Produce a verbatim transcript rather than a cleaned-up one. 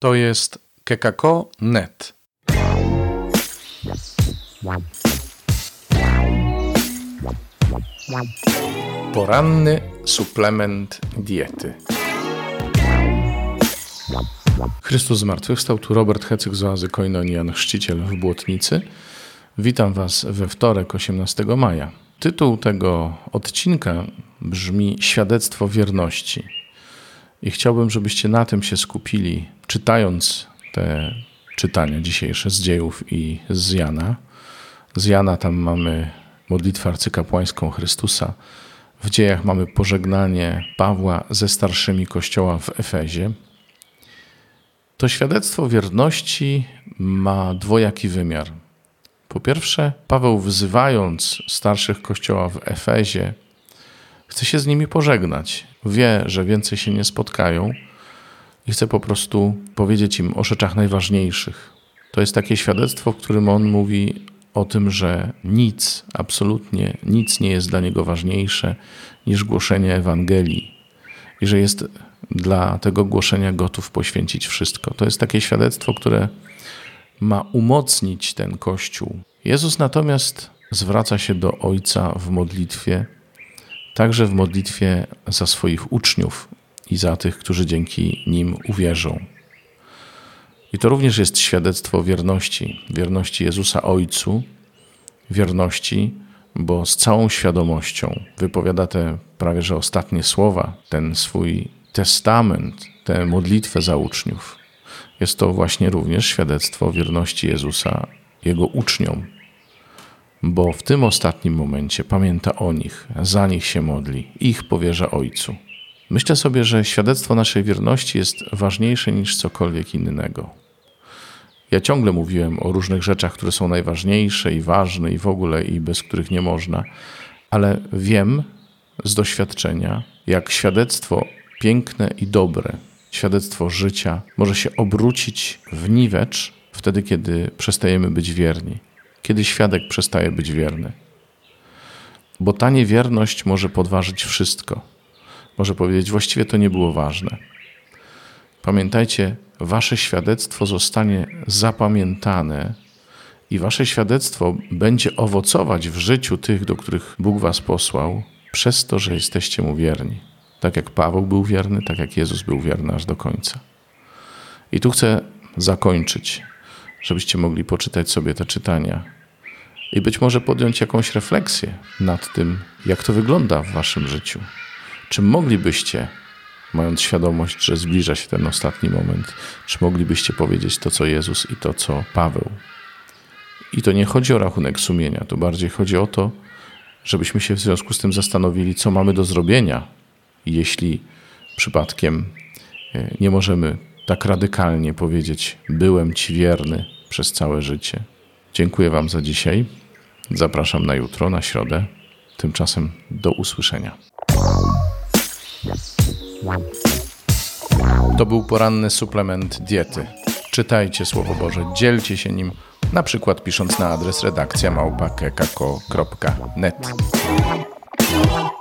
To jest kekako kropka net. Poranny suplement diety. Chrystus zmartwychwstał, tu Robert Hecyk z oazy Koinonian, chrzciciel w Błotnicy. Witam Was we wtorek, osiemnastego maja. Tytuł tego odcinka brzmi Świadectwo wierności. I chciałbym, żebyście na tym się skupili, czytając te czytania dzisiejsze z Dziejów i z Jana. Z Jana tam mamy modlitwę arcykapłańską Chrystusa. W Dziejach mamy pożegnanie Pawła ze starszymi Kościoła w Efezie. To świadectwo wierności ma dwojaki wymiar. Po pierwsze, Paweł, wzywając starszych Kościoła w Efezie, chce się z nimi pożegnać. Wie, że więcej się nie spotkają i chce po prostu powiedzieć im o rzeczach najważniejszych. To jest takie świadectwo, w którym on mówi o tym, że nic, absolutnie nic nie jest dla niego ważniejsze niż głoszenie Ewangelii i że jest dla tego głoszenia gotów poświęcić wszystko. To jest takie świadectwo, które ma umocnić ten Kościół. Jezus natomiast zwraca się do Ojca w modlitwie, także w modlitwie za swoich uczniów i za tych, którzy dzięki nim uwierzą. I to również jest świadectwo wierności, wierności Jezusa Ojcu, wierności, bo z całą świadomością wypowiada te prawie że ostatnie słowa, ten swój testament, tę modlitwę za uczniów. Jest to właśnie również świadectwo wierności Jezusa Jego uczniom, bo w tym ostatnim momencie pamięta o nich, za nich się modli, ich powierza Ojcu. Myślę sobie, że świadectwo naszej wierności jest ważniejsze niż cokolwiek innego. Ja ciągle mówiłem o różnych rzeczach, które są najważniejsze i ważne i w ogóle i bez których nie można, ale wiem z doświadczenia, jak świadectwo piękne i dobre, świadectwo życia może się obrócić w niwecz wtedy, kiedy przestajemy być wierni, kiedy świadek przestaje być wierny. Bo ta niewierność może podważyć wszystko. Może powiedzieć, właściwie to nie było ważne. Pamiętajcie, wasze świadectwo zostanie zapamiętane i wasze świadectwo będzie owocować w życiu tych, do których Bóg was posłał, przez to, że jesteście Mu wierni. Tak jak Paweł był wierny, tak jak Jezus był wierny aż do końca. I tu chcę zakończyć, żebyście mogli poczytać sobie te czytania i być może podjąć jakąś refleksję nad tym, jak to wygląda w waszym życiu. Czy moglibyście, mając świadomość, że zbliża się ten ostatni moment, czy moglibyście powiedzieć to, co Jezus i to, co Paweł? I to nie chodzi o rachunek sumienia, to bardziej chodzi o to, żebyśmy się w związku z tym zastanowili, co mamy do zrobienia, jeśli przypadkiem nie możemy tak radykalnie powiedzieć: byłem Ci wierny przez całe życie. Dziękuję Wam za dzisiaj. Zapraszam na jutro, na środę. Tymczasem do usłyszenia. To był poranny suplement diety. Czytajcie Słowo Boże, dzielcie się nim, na przykład pisząc na adres redakcja małpa kekako kropka net.